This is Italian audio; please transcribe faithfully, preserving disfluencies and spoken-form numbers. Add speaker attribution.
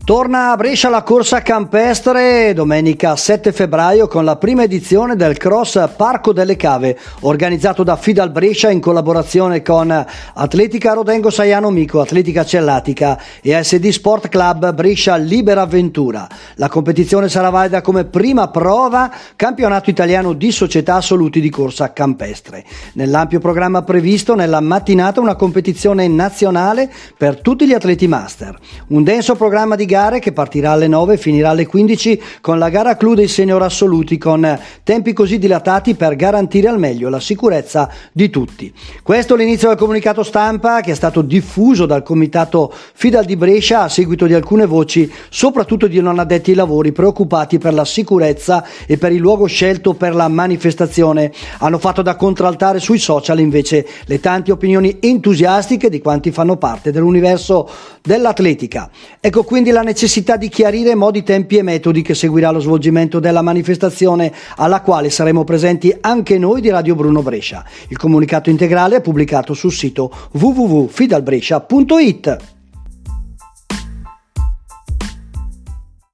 Speaker 1: Torna a Brescia la corsa campestre domenica sette febbraio con la prima edizione del Cross Parco delle Cave, organizzato da Fidal Brescia in collaborazione con Atletica Rodengo Saiano Mico, Atletica Cellatica e A S D Sport Club Brescia Libera Avventura. La competizione sarà valida come prima prova campionato italiano di società assoluti di corsa campestre. Nell'ampio programma previsto nella mattinata una competizione nazionale per tutti gli atleti master. Un denso programma di gare che partirà alle nove e finirà alle quindici con la gara clou dei senior assoluti con tempi così dilatati per garantire al meglio la sicurezza di tutti. Questo è l'inizio del comunicato stampa che è stato diffuso dal comitato Fidal di Brescia a seguito di alcune voci, soprattutto di non addetti ai lavori preoccupati per la sicurezza e per il luogo scelto per la manifestazione. Hanno fatto da contraltare sui social invece le tante opinioni entusiastiche di quanti fanno parte dell'universo dell'atletica. Ecco quindi la necessità di chiarire modi, tempi e metodi che seguirà lo svolgimento della manifestazione, alla quale saremo presenti anche noi di Radio Bruno Brescia. Il comunicato integrale è pubblicato sul sito w w w punto fidalbrescia punto it.